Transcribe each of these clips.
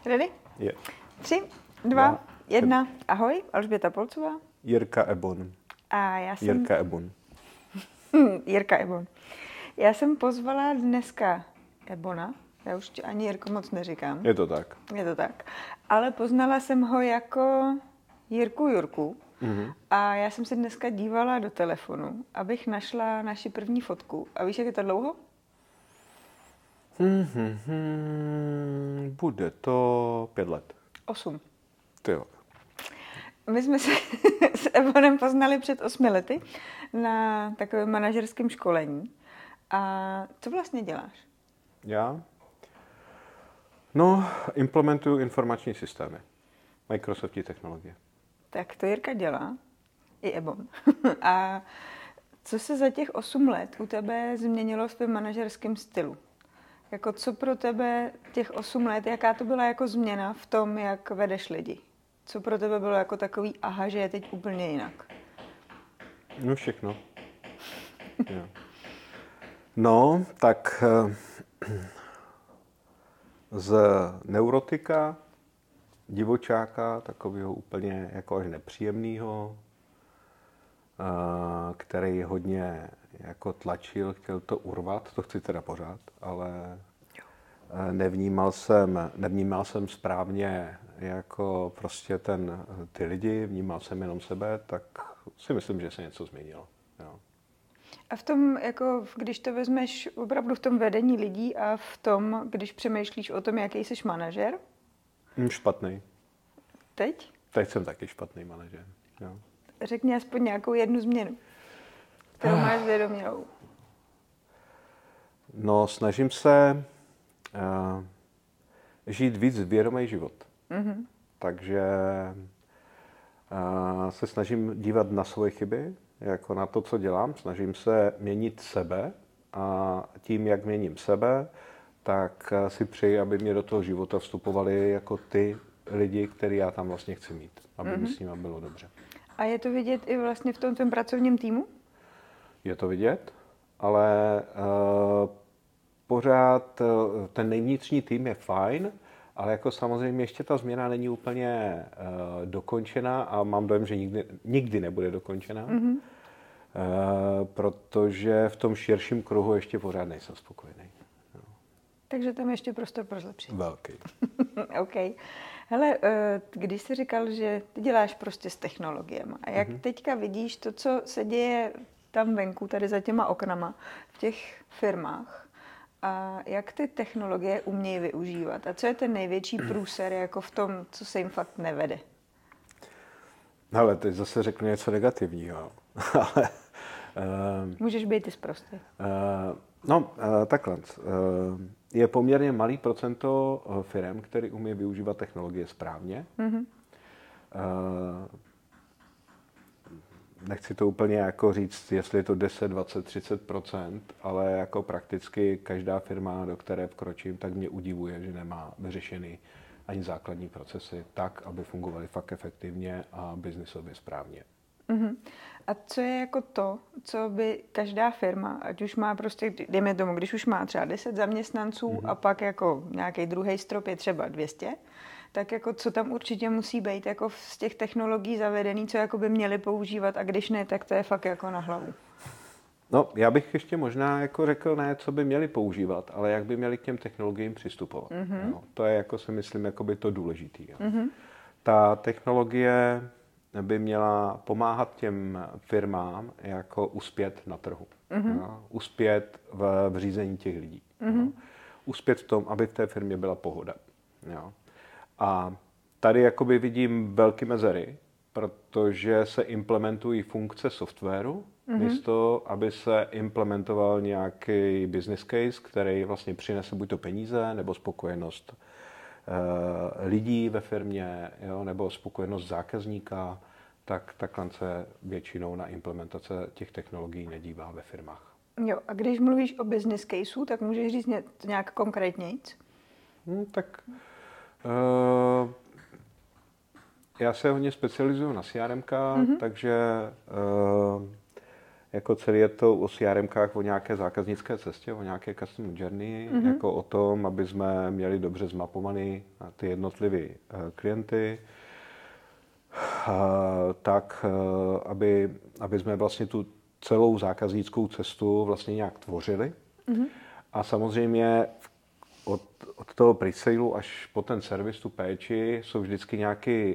Ready? Je. 3, 2, 1. Ahoj, Alžběta Polcová. Jirka Ebon. A já jsem... Jirka Ebon. Jirka Ebon. Já jsem pozvala dneska Ebona. Já už ani Jirku moc neříkám. Je to tak. Je to tak. Ale poznala jsem ho jako Jirku Jurku. Mhm. A já jsem se dneska dívala do telefonu, abych našla naši první fotku. A víš, jak je to dlouho? Bude to 5 let. 8. Tyjo. My jsme se s Ebonem poznali před 8 lety na takovém manažerském školení. A co vlastně děláš? Já? No, implementuju informační systémy. Microsoftí technologie. Tak to Jirka dělá, i Ebon. A co se za těch 8 let u tebe změnilo v tvém manažerském stylu? Jako co pro tebe těch 8 let, jaká to byla jako změna v tom, jak vedeš lidi? Co pro tebe bylo jako takový aha, že je teď úplně jinak? No všechno. Jo. No, tak z neurotika, divočáka, takového úplně jako až nepříjemného, který hodně jako tlačil, chtěl to urvat, to chci teda pořád, ale nevnímal jsem správně jako prostě ty lidi, vnímal jsem jenom sebe, tak si myslím, že se něco změnilo. Jo. A v tom, jako, když to vezmeš opravdu v tom vedení lidí a v tom, když přemýšlíš o tom, jaký jsi manažer? Špatný. Teď? Teď jsem taky špatný manažer. Jo. Řekni aspoň nějakou jednu změnu, kterou máš vědomělou. No, snažím se žít víc vědomý život. Mm-hmm. Takže se snažím dívat na svoje chyby, jako na to, co dělám. Snažím se měnit sebe a tím, jak měním sebe, tak si přeji, aby mě do toho života vstupovali jako ty lidi, který já tam vlastně chci mít, aby mi s nimi bylo dobře. A je to vidět i vlastně v tom tvém pracovním týmu? Je to vidět, ale pořád ten nejvnitřní tým je fajn, ale jako samozřejmě ještě ta změna není úplně dokončená a mám dojem, že nikdy nebude dokončená, protože v tom širším kruhu ještě pořád nejsem spokojený. No. Takže tam ještě prostor pro zlepšení. Velký. OK. Hele, když jsi říkal, že ty děláš prostě s technologiemi a jak teďka vidíš to, co se děje tam venku, tady za těma oknama, v těch firmách, a jak ty technologie umějí využívat? A co je ten největší průser jako v tom, co se jim fakt nevede? Hele, teď zase řeknu něco negativního. Ale, můžeš být i sprostý. Takhle. Je poměrně malý procento firem, který umí využívat technologie správně. Nechci to úplně jako říct, jestli je to 10, 20, 30%, ale jako prakticky každá firma, do které vkročím, tak mě udivuje, že nemá vyřešený ani základní procesy tak, aby fungovaly fakt efektivně a biznisově správně. A co je jako to, co by každá firma, ať už má prostě, dejme tomu, když už má třeba 10 zaměstnanců a pak jako nějaký druhý strop je třeba 200, tak jako co tam určitě musí být jako z těch technologií zavedený, co jako by měli používat a když ne, tak to je fakt jako na hlavu. No, já bych ještě možná jako řekl ne, co by měli používat, ale jak by měli k těm technologiím přistupovat. No, to je jako si myslím jakoby to důležitý. Ta technologie by měla pomáhat těm firmám jako uspět na trhu. Uspět v řízení těch lidí. Uspět v tom, aby v té firmě byla pohoda. Jo. A tady jakoby vidím velké mezery, protože se implementují funkce softwaru, místo aby se implementoval nějaký business case, který vlastně přinese buď to peníze, nebo spokojenost lidí ve firmě, jo, nebo spokojenost zákazníka, tak takhle se většinou na implementace těch technologií nedívá ve firmách. Jo, a když mluvíš o business caseu, tak můžeš říct nějak konkrétnějc? Já se hodně specializuju na CRMka, takže jako celý je to o CRMkách, o nějaké zákaznické cestě, o nějaké customer journey, jako o tom, aby jsme měli dobře zmapovaný ty jednotlivé klienty, tak aby jsme vlastně tu celou zákaznickou cestu vlastně nějak tvořili. A samozřejmě od toho pre-sailu až po ten servis, tu péči, jsou vždycky nějaký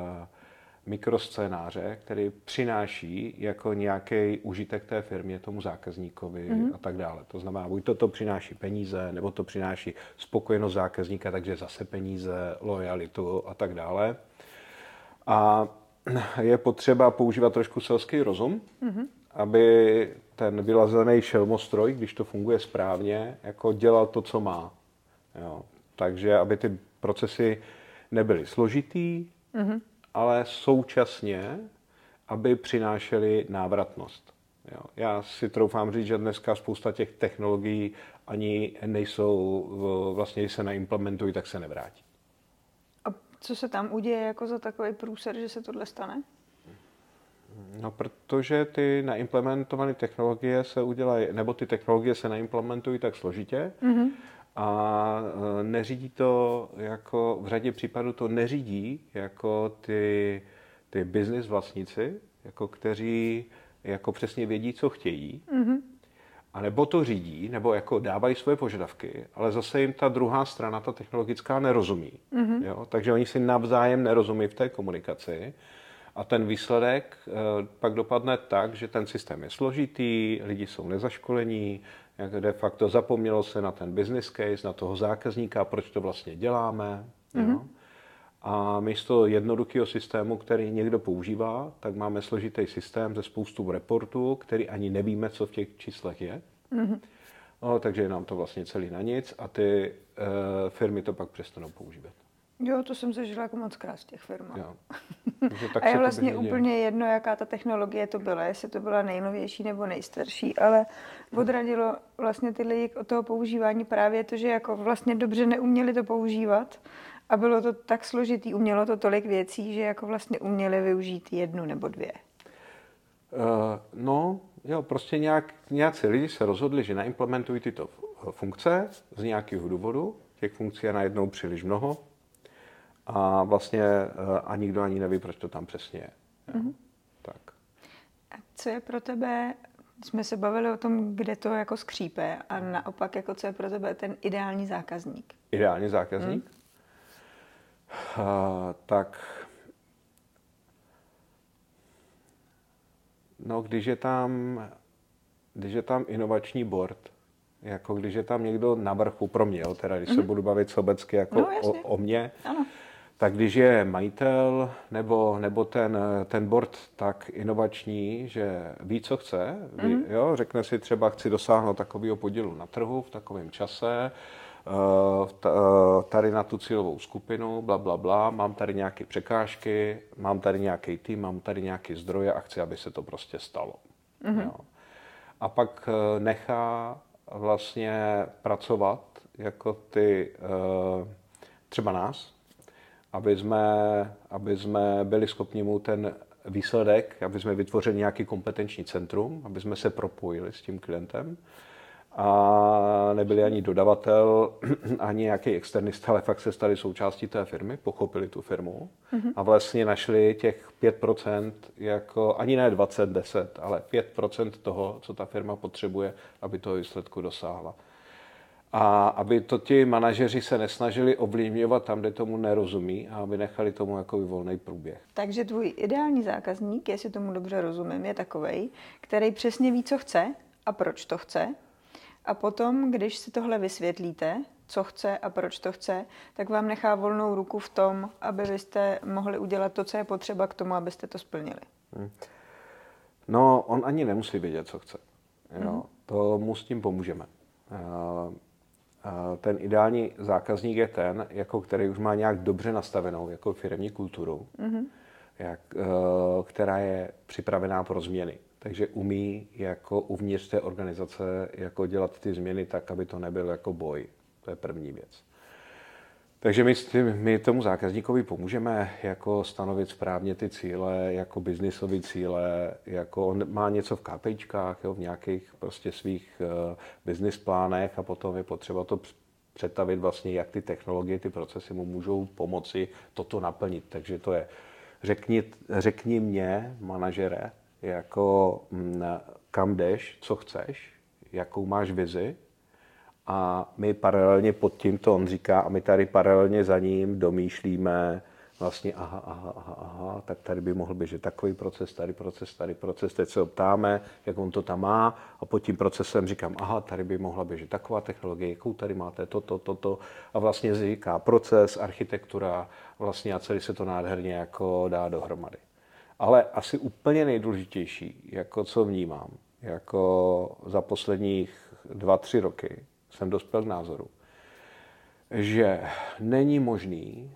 mikroscénáře, který přináší jako nějaký užitek té firmě, tomu zákazníkovi a tak dále. To znamená, buď to přináší peníze, nebo to přináší spokojenost zákazníka, takže zase peníze, lojalitu a tak dále. A je potřeba používat trošku selský rozum, aby ten vylazený šelmostroj, když to funguje správně, jako dělal to, co má. Jo. Takže aby ty procesy nebyly složitý, ale současně, aby přinášely návratnost. Jo. Já si troufám říct, že dneska spousta těch technologií ani nejsou, vlastně když se naimplementují, tak se nevrátí. A co se tam uděje jako za takový průser, že se tohle stane? No, protože ty naimplementované technologie se udělají, nebo ty technologie se naimplementují tak složitě a neřídí to, jako v řadě případů to neřídí jako ty business vlastníci, jako kteří jako přesně vědí, co chtějí, a nebo to řídí, nebo jako dávají svoje požadavky, ale zase jim ta druhá strana, ta technologická, nerozumí. Jo? Takže oni si navzájem nerozumí v té komunikaci. A ten výsledek pak dopadne tak, že ten systém je složitý, lidi jsou nezaškolení, jak de facto zapomnělo se na ten business case, na toho zákazníka, proč to vlastně děláme. Jo? A místo jednoduchého systému, který někdo používá, tak máme složitý systém ze spoustu reportů, který ani nevíme, co v těch číslech je. No, takže je nám to vlastně celý na nic a ty firmy to pak přestanou používat. Jo, to jsem zažila jako moc krát z těch firm. Tak a je vlastně úplně jedno, jaká ta technologie to byla, jestli to byla nejnovější nebo nejstarší, ale odradilo vlastně ty lidi od toho používání právě to, že jako vlastně dobře neuměli to používat a bylo to tak složitý, umělo to tolik věcí, že jako vlastně uměli využít jednu nebo dvě. No, jo, prostě nějací lidi se rozhodli, že naimplementují tyto funkce z nějakého důvodu. Těch funkcí je najednou příliš mnoho. A vlastně a nikdo ani neví, proč to tam přesně je. Tak. A co je pro tebe, jsme se bavili o tom, kde to jako skřípe a naopak, jako co je pro tebe ten ideální zákazník? Ideální zákazník? Tak, no když je tam inovační board, jako když je tam někdo na vrchu pro mě, teda když se budu bavit sobecky jako o mně, ano. Tak když je majitel nebo ten board tak inovační, že ví, co chce, jo, řekne si třeba, chci dosáhnout takového podílu na trhu v takovém čase, tady na tu cílovou skupinu, bla, bla, bla, mám tady nějaké překážky, mám tady nějaký tým, mám tady nějaké zdroje a chci, aby se to prostě stalo. Jo. A pak nechá vlastně pracovat jako ty, třeba nás, aby jsme byli schopni mu ten výsledek, aby jsme vytvořili nějaký kompetenční centrum, aby jsme se propojili s tím klientem a nebyli ani dodavatel, ani nějaký externista, ale fakt se stali součástí té firmy, pochopili tu firmu a vlastně našli těch 5%, jako ani ne 20, 10, ale 5% toho, co ta firma potřebuje, aby toho výsledku dosáhla. A aby to ti manažeři se nesnažili ovlivňovat tam, kde tomu nerozumí a aby nechali tomu jako volný průběh. Takže tvůj ideální zákazník, jestli tomu dobře rozumím, je takovej, který přesně ví, co chce a proč to chce. A potom, když si tohle vysvětlíte, co chce a proč to chce, tak vám nechá volnou ruku v tom, aby byste mohli udělat to, co je potřeba k tomu, abyste to splnili. No, on ani nemusí vědět, co chce. Jo, to mu s tím pomůžeme. Ten ideální zákazník je ten, jako který už má nějak dobře nastavenou jako firemní kulturu, která je připravená pro změny. Takže umí jako uvnitř té organizace jako dělat ty změny tak, aby to nebyl jako boj. To je první věc. Takže my tomu zákazníkovi pomůžeme jako stanovit správně ty cíle, jako biznisové cíle, jako on má něco v KPIčkách, jo, v nějakých prostě svých business plánech a potom je potřeba to přetavit vlastně, jak ty technologie, ty procesy mu můžou pomoci toto naplnit. Takže to je, řekni mě, manažere, jako kam jdeš, co chceš, jakou máš vizi, a my paralelně pod tímto, on říká, a my tady paralelně za ním domýšlíme vlastně, tak tady by mohl běžet takový proces, tady proces, teď se ptáme, jak on to tam má, a pod tím procesem říkám, tady by mohla běžet taková technologie, jakou tady máte, toto, a vlastně říká proces, architektura, vlastně a celý se to nádherně jako dá dohromady. Ale asi úplně nejdůležitější, jako co vnímám, jako za posledních 2-3 roky, jsem dospěl k názoru, že není možný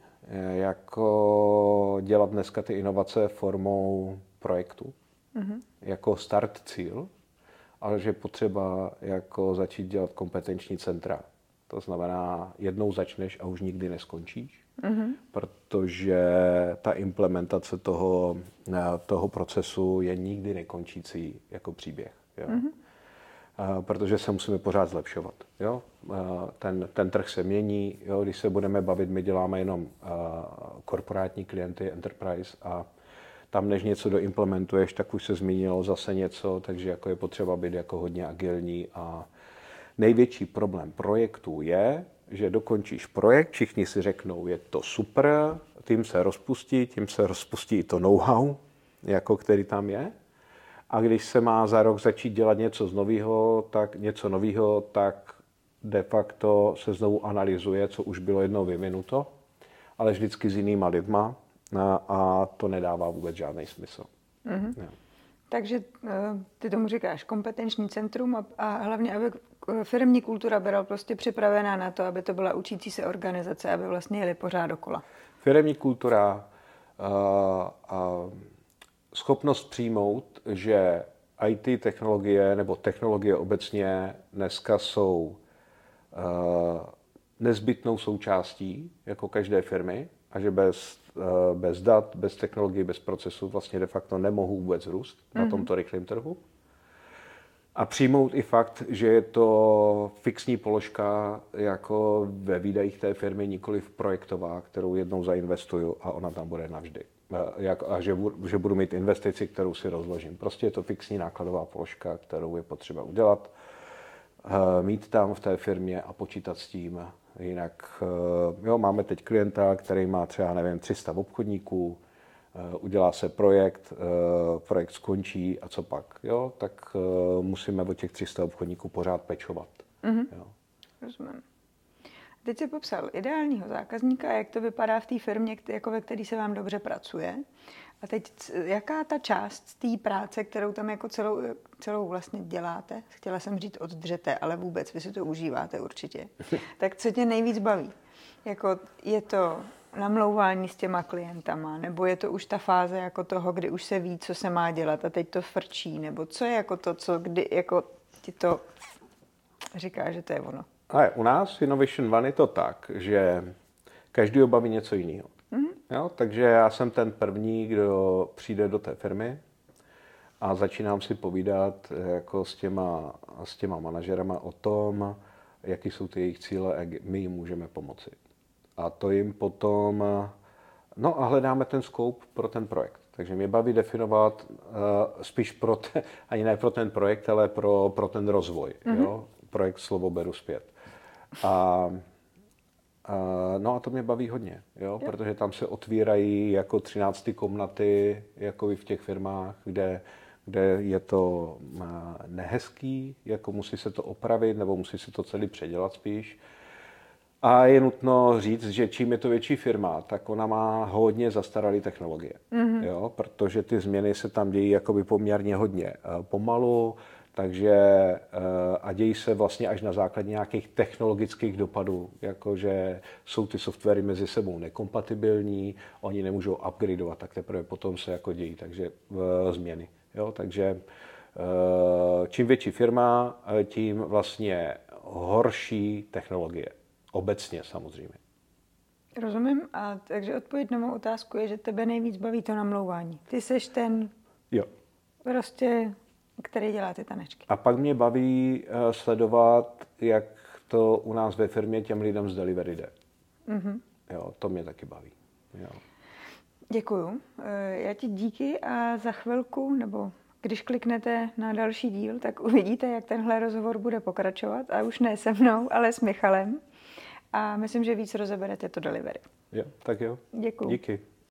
jako dělat dneska ty inovace formou projektu, jako start cíl, ale že potřeba jako začít dělat kompetenční centra. To znamená, jednou začneš a už nikdy neskončíš, protože ta implementace toho procesu je nikdy nekončící jako příběh. Jo? Protože se musíme pořád zlepšovat. Jo? Ten trh se mění, jo? Když se budeme bavit, my děláme jenom korporátní klienty, enterprise, a tam, než něco doimplementuješ, tak už se změnilo zase něco, takže jako je potřeba být jako hodně agilní. A největší problém projektů je, že dokončíš projekt, všichni si řeknou, je to super, tím se rozpustí i to know-how, jako který tam je. A když se má za rok začít dělat něco nového, tak de facto se znovu analyzuje, co už bylo jednou vyvinuto, ale vždycky s jinýma lidma, a to nedává vůbec žádný smysl. Mm-hmm. Takže ty tomu říkáš kompetenční centrum a hlavně, aby firemní kultura byla prostě připravená na to, aby to byla učící se organizace, aby vlastně jeli pořád dokola. Firemní kultura a schopnost přijmout, že IT technologie nebo technologie obecně dneska jsou nezbytnou součástí jako každé firmy a že bez dat, bez technologií, bez procesu vlastně de facto nemohou vůbec růst na tomto rychlém trhu. A přijmout i fakt, že je to fixní položka jako ve výdajích té firmy, nikoliv projektová, kterou jednou zainvestuju a ona tam bude navždy. A že budu mít investici, kterou si rozložím. Prostě je to fixní nákladová položka, kterou je potřeba udělat, mít tam v té firmě a počítat s tím. Jinak máme teď klienta, který má třeba, 300 obchodníků, udělá se projekt skončí a co pak? Jo? Tak musíme od těch 300 obchodníků pořád pečovat. Jo? Rozumím. Teď jsi popsal ideálního zákazníka, jak to vypadá v té firmě, jako ve které se vám dobře pracuje. A teď jaká ta část té práce, kterou tam jako celou vlastně děláte, chtěla jsem říct oddřete, ale vůbec, vy si to užíváte určitě, tak co tě nejvíc baví? Jako je to namlouvání s těma klientama, nebo je to už ta fáze jako toho, kdy už se ví, co se má dělat a teď to frčí, nebo co je jako to, kdy jako ti to říká, že to je ono? Ale u nás v Innovation One je to tak, že každý baví něco jiného. Jo, takže já jsem ten první, kdo přijde do té firmy a začínám si povídat jako s těma manažerama o tom, jaký jsou ty jejich cíle a jak my jim můžeme pomoci. A to jim potom, a hledáme ten scope pro ten projekt. Takže mě baví definovat spíš ani ne pro ten projekt, ale pro ten rozvoj. Jo? Projekt slovo beru zpět. A to mě baví hodně, jo? Protože tam se otvírají jako 13 komnaty, jako v těch firmách, kde je to nehezký, jako musí se to opravit, nebo musí se to celý předělat spíš. A je nutno říct, že čím je to větší firma, tak ona má hodně zastaralé technologie, jo? Protože ty změny se tam dějí jakoby poměrně hodně pomalu, takže a dějí se vlastně až na základě nějakých technologických dopadů, jakože jsou ty softwary mezi sebou nekompatibilní, oni nemůžou upgradeovat, tak teprve potom se jako dějí, takže změny. Jo? Takže čím větší firma, tím vlastně horší technologie. Obecně samozřejmě. Rozumím. A takže odpověď na mou otázku je, že tebe nejvíc baví to namlouvání. Ty seš ten Jo. prostě, který dělá ty tanečky. A pak mě baví sledovat, jak to u nás ve firmě těm lidem z delivery jde. Jo, to mě taky baví. Jo. Děkuju. Já ti díky a za chvilku, nebo když kliknete na další díl, tak uvidíte, jak tenhle rozhovor bude pokračovat. A už ne se mnou, ale s Michalem. A myslím, že víc rozeberete to delivery. Jo, tak jo. Děkuju. Díky.